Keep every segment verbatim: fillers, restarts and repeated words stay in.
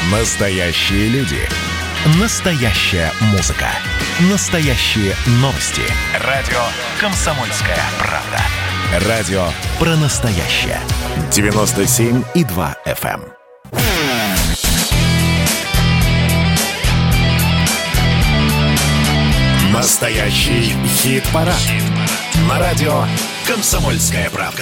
Настоящие люди. Настоящая музыка. Настоящие новости. Радио «Комсомольская правда». Радио про настоящее. девяносто семь и два эф эм. Настоящий хит-парад. Хит на радио «Комсомольская правда».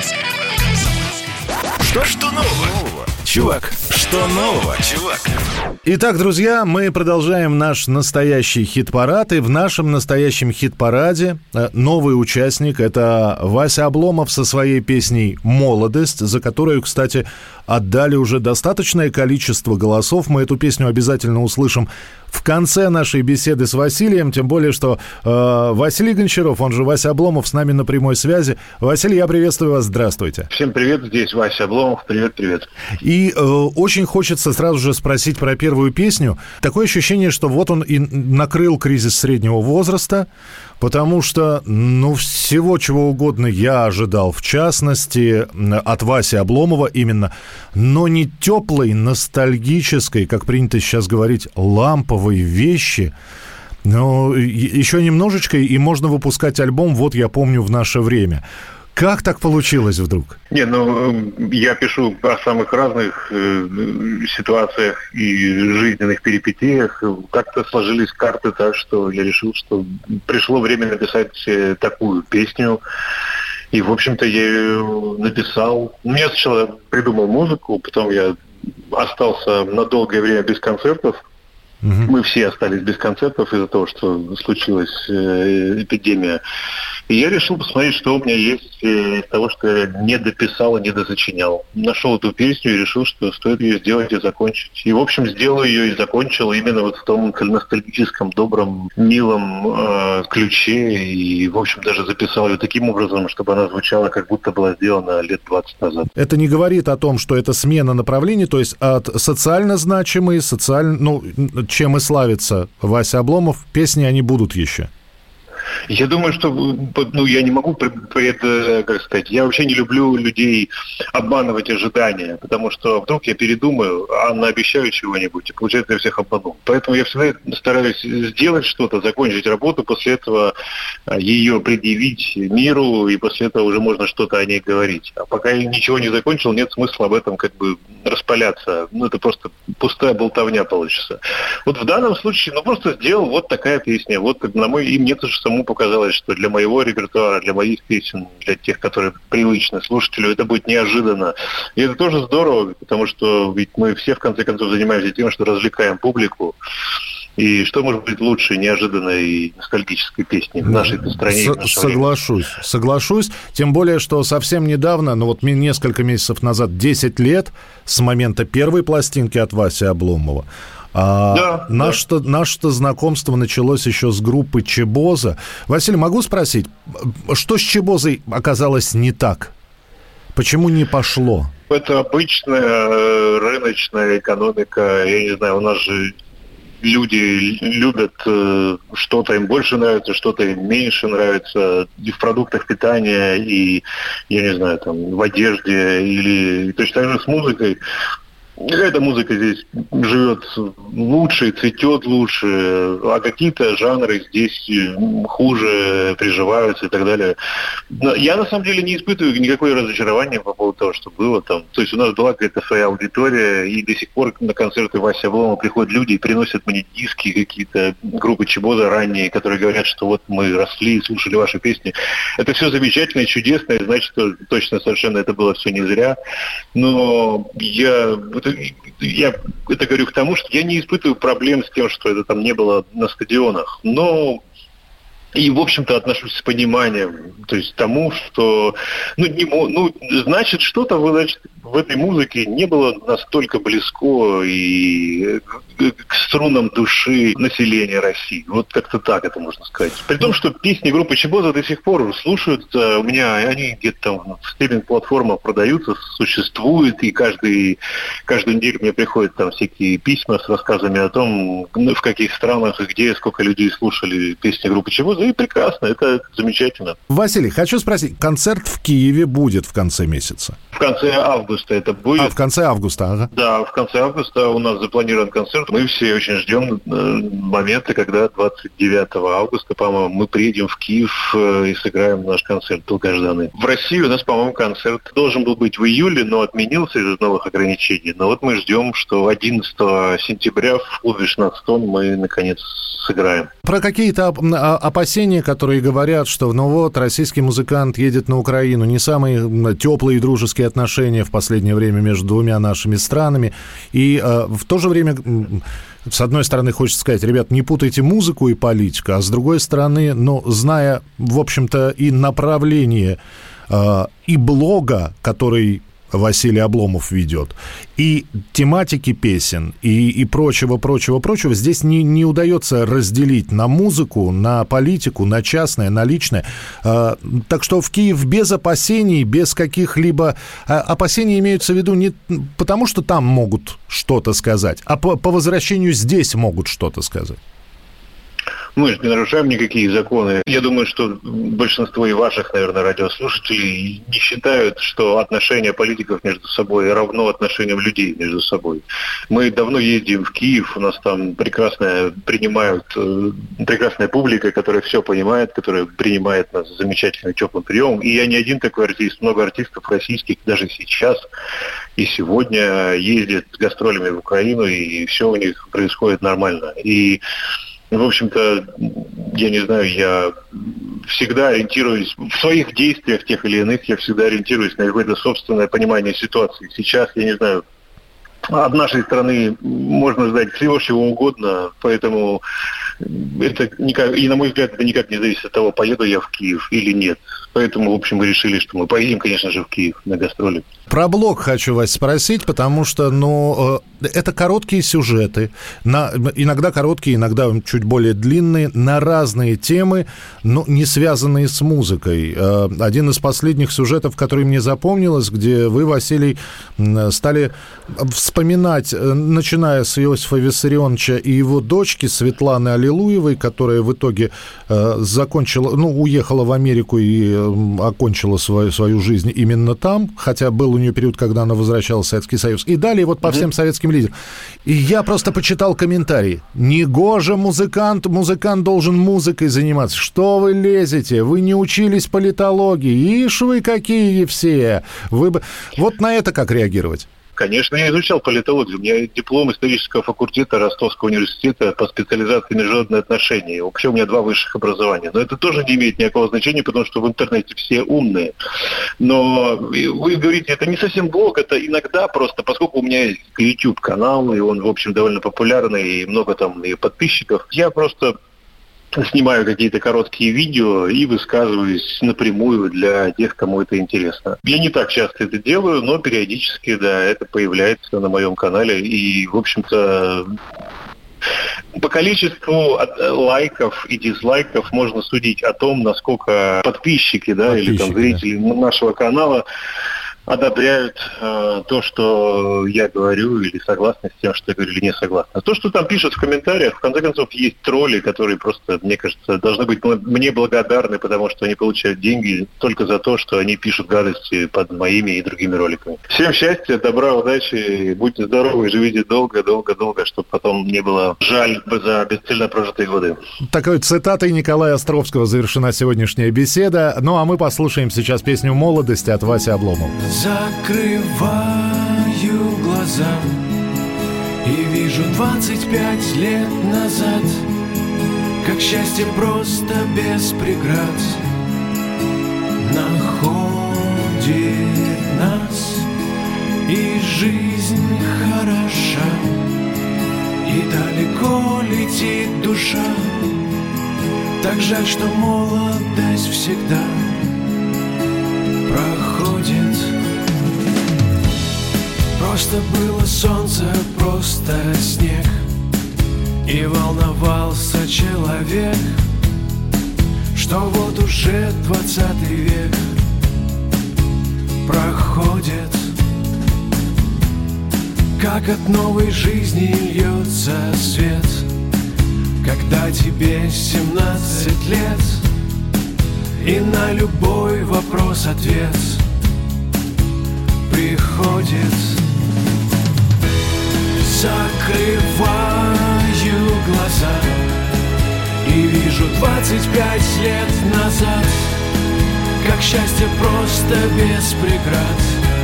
Что, что нового, чувак? Что нового, чувак? Итак, друзья, мы продолжаем наш настоящий хит-парад. И в нашем настоящем хит-параде новый участник – это Вася Обломов со своей песней «Молодость», за которую, кстати, отдали уже достаточное количество голосов. Мы эту песню обязательно услышим в конце нашей беседы с Василием, тем более, что э, Василий Гончаров, он же Вася Обломов, с нами на прямой связи. Василий, я приветствую вас, здравствуйте. Всем привет, здесь Вася Обломов, привет-привет. И э, очень хочется сразу же спросить про первую песню. Такое ощущение, что вот он и накрыл кризис среднего возраста, потому что, ну, всего чего угодно я ожидал, в частности, от Васи Обломова именно, но не теплой, ностальгической, как принято сейчас говорить, ламповой вещи. Но еще немножечко, и можно выпускать альбом «Вот я помню в наше время». Как так получилось вдруг? Не, ну, я пишу о самых разных э, ситуациях и жизненных перипетиях. Как-то сложились карты так, что я решил, что пришло время написать такую песню. И, в общем-то, я ее написал. Я сначала придумал музыку, потом я остался на долгое время без концертов. Угу. Мы все остались без концертов из-за того, что случилась э, эпидемия. И я решил посмотреть, что у меня есть из того, что я не дописал и не досочинял. Нашел эту песню и решил, что стоит ее сделать и закончить. И, в общем, сделал ее и закончил именно вот в том ностальгическом, добром, милом э, ключе. И, в общем, даже записал ее таким образом, чтобы она звучала, как будто была сделана лет двадцать назад. Это не говорит о том, что это смена направлений, то есть от социально значимой, социально, ну, чем и славится Вася Обломов, песни они будут еще. Я думаю, что, ну, я не могу, это, как сказать, я вообще не люблю людей обманывать ожидания, потому что вдруг я передумаю, а наобещаю чего-нибудь, и получается, я всех обманул. Поэтому я всегда стараюсь сделать что-то, закончить работу, после этого ее предъявить миру, и после этого уже можно что-то о ней говорить. А пока я ничего не закончил, нет смысла об этом как бы распаляться. Ну, это просто пустая болтовня получится. Вот в данном случае, ну, просто сделал вот такая песня. Вот, на мой, и мне тоже самому показалось, что для моего репертуара, для моих песен, для тех, которые привычны слушателю, это будет неожиданно. И это тоже здорово, потому что ведь мы все, в конце концов, занимаемся тем, что развлекаем публику. И что может быть лучше неожиданной и ностальгической песни в нашей стране? С- соглашусь, время. соглашусь. Тем более, что совсем недавно, ну вот несколько месяцев назад, десять лет с момента первой пластинки от Васи Обломова, А да, наше-то, да. наше-то знакомство началось еще с группы «Чебоза». Василий, могу спросить, что с «Чебозой» оказалось не так? Почему не пошло? Это обычная рыночная экономика. Я не знаю, у нас же люди любят что-то, им больше нравится, что-то им меньше нравится и в продуктах питания, и, я не знаю, там, в одежде, или точно так же с музыкой. Какая-то музыка здесь живет лучше, цветет лучше, а какие-то жанры здесь хуже приживаются и так далее. Но я на самом деле не испытываю никакое разочарование по поводу того, что было там. То есть у нас была какая-то своя аудитория, и до сих пор на концерты Васи Обломова приходят люди и приносят мне диски, какие-то группы Чебоза ранние, которые говорят, что вот мы росли и слушали ваши песни. Это все замечательно и чудесно, и значит, что точно совершенно это было все не зря. Но я... Я это говорю к тому, что я не испытываю проблем с тем, что это там не было на стадионах, но и, в общем-то, отношусь с пониманием, то есть к тому, что, ну, не, ну значит, что-то значит, в этой музыке не было настолько близко и к струнам души населения России. Вот как-то так это можно сказать. При том, что песни группы Чебоза до сих пор слушаются. У меня они где-то там в стриминг-платформах продаются, существуют, и каждый, каждую неделю мне приходят там всякие письма с рассказами о том, в каких странах и где, сколько людей слушали песни группы Чебоза. И прекрасно, это замечательно. Василий, хочу спросить, концерт в Киеве будет в конце месяца? В конце августа это будет. А, в конце августа, ага. Да, в конце августа у нас запланирован концерт. Мы все очень ждем момента, когда двадцать девятого августа, по-моему, мы приедем в Киев и сыграем наш концерт долгожданный. В России у нас, по-моему, концерт должен был быть в июле, но отменился из-за новых ограничений. Но вот мы ждем, что одиннадцатого сентября в клубе шестнадцать тонн мы, наконец, сыграем. Про какие-то опасения, которые говорят, что ну вот, российский музыкант едет на Украину, не самые теплые и дружеские отношения в последнее время между двумя нашими странами. И э, в то же время, с одной стороны, хочется сказать, ребят, не путайте музыку и политику, а с другой стороны, ну, зная, в общем-то, и направление э, и блога, который Василий Обломов ведет, и тематики песен, и, и прочего, прочего, прочего, здесь не, не удается разделить на музыку, на политику, на частное, на личное. А, так что в Киев без опасений, без каких-либо... А, опасения имеются в виду не потому, что там могут что-то сказать, а по, по возвращению здесь могут что-то сказать. Мы же не нарушаем никакие законы. Я думаю, что большинство и ваших, наверное, радиослушателей не считают, что отношения политиков между собой равно отношениям людей между собой. Мы давно ездим в Киев, у нас там прекрасная принимают, прекрасная публика, которая все понимает, которая принимает нас с замечательным теплым приемом. И я не один такой артист, много артистов российских даже сейчас и сегодня ездят с гастролями в Украину, и все у них происходит нормально. И в общем-то, я не знаю, я всегда ориентируюсь в своих действиях, тех или иных, я всегда ориентируюсь на какое-то собственное понимание ситуации. Сейчас, я не знаю, от нашей страны можно ждать всего, чего угодно, поэтому это никак, и на мой взгляд, это никак не зависит от того, поеду я в Киев или нет. Поэтому, в общем, мы решили, что мы поедем, конечно же, в Киев на гастроли. Про блог хочу вас спросить, потому что, ну, это короткие сюжеты, на, иногда короткие, иногда чуть более длинные, на разные темы, но не связанные с музыкой. Один из последних сюжетов, который мне запомнилось, где вы, Василий, стали вспоминать, начиная с Иосифа Виссарионовича и его дочки Светланы Аллилуевой, которая в итоге закончила, ну, уехала в Америку и окончила свою, свою жизнь именно там, хотя был у нее период, когда она возвращалась в Советский Союз. И далее вот по mm-hmm. всем советским лидерам. И я просто почитал комментарии. Негоже музыкант, музыкант должен музыкой заниматься. Что вы лезете? Вы не учились политологии. Ишь вы какие все. Вы бы... Вот на это как реагировать? Конечно, я изучал политологию. У меня диплом исторического факультета Ростовского университета по специализации международные отношения. Вообще у меня два высших образования. Но это тоже не имеет никакого значения, потому что в интернете все умные. Но вы говорите, это не совсем блог, это иногда просто, поскольку у меня есть YouTube-канал, и он, в общем, довольно популярный, и много там и подписчиков, я просто снимаю какие-то короткие видео и высказываюсь напрямую для тех, кому это интересно. Я не так часто это делаю, но периодически, да, это появляется на моем канале. И, в общем-то, по количеству лайков и дизлайков можно судить о том, насколько подписчики, да, подписчики, или там зрители да. нашего канала одобряют э, то, что я говорю, или согласны с тем, что я говорю, или не согласны. То, что там пишут в комментариях, в конце концов, есть тролли, которые просто, мне кажется, должны быть мне благодарны, потому что они получают деньги только за то, что они пишут гадости под моими и другими роликами. Всем счастья, добра, удачи, будьте здоровы, живите долго, долго, долго, чтобы потом не было жаль за бесцельно прожитые годы. Такой цитатой Николая Островского завершена сегодняшняя беседа. Ну, а мы послушаем сейчас песню «Молодость» от Васи Обломова. Закрываю глаза и вижу двадцать пять лет назад, как счастье просто без преград находит нас, и жизнь хороша, и далеко летит душа. Так жаль, что молодость всегда проходит. Просто было солнце, просто снег, и волновался человек, что вот уже двадцатый век проходит. Как от новой жизни льется свет, когда тебе семнадцать лет, и на любой вопрос ответ приходит. Закрываю глаза и вижу двадцать пять лет назад, как счастье просто без преград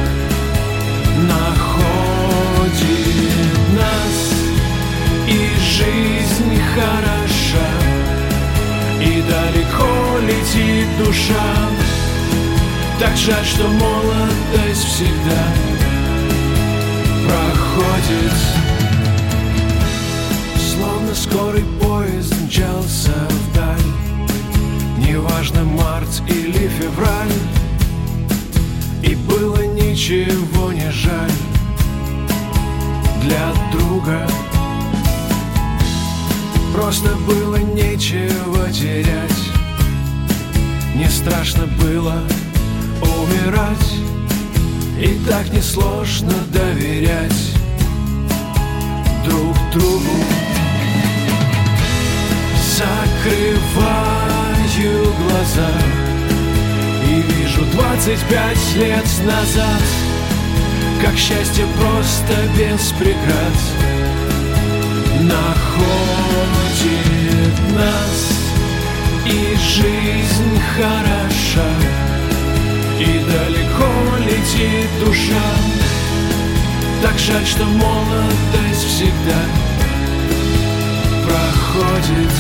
находит нас, и жизнь хороша, и далеко летит душа. Так жаль, что молодость всегда проходит. Словно скорый поезд мчался вдаль, неважно, март или февраль, и было ничего не жаль для друга. Просто было нечего терять, не страшно было умирать, и так несложно доверять друг другу. Закрываю глаза и вижу двадцать пять лет назад, как счастье просто без преград находит нас, и жизнь хороша, и далеко летит душа. Так жаль, что молодость всегда проходит.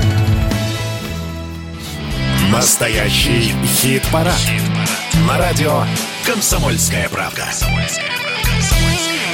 Настоящий хит-парад. На радио «Комсомольская правда».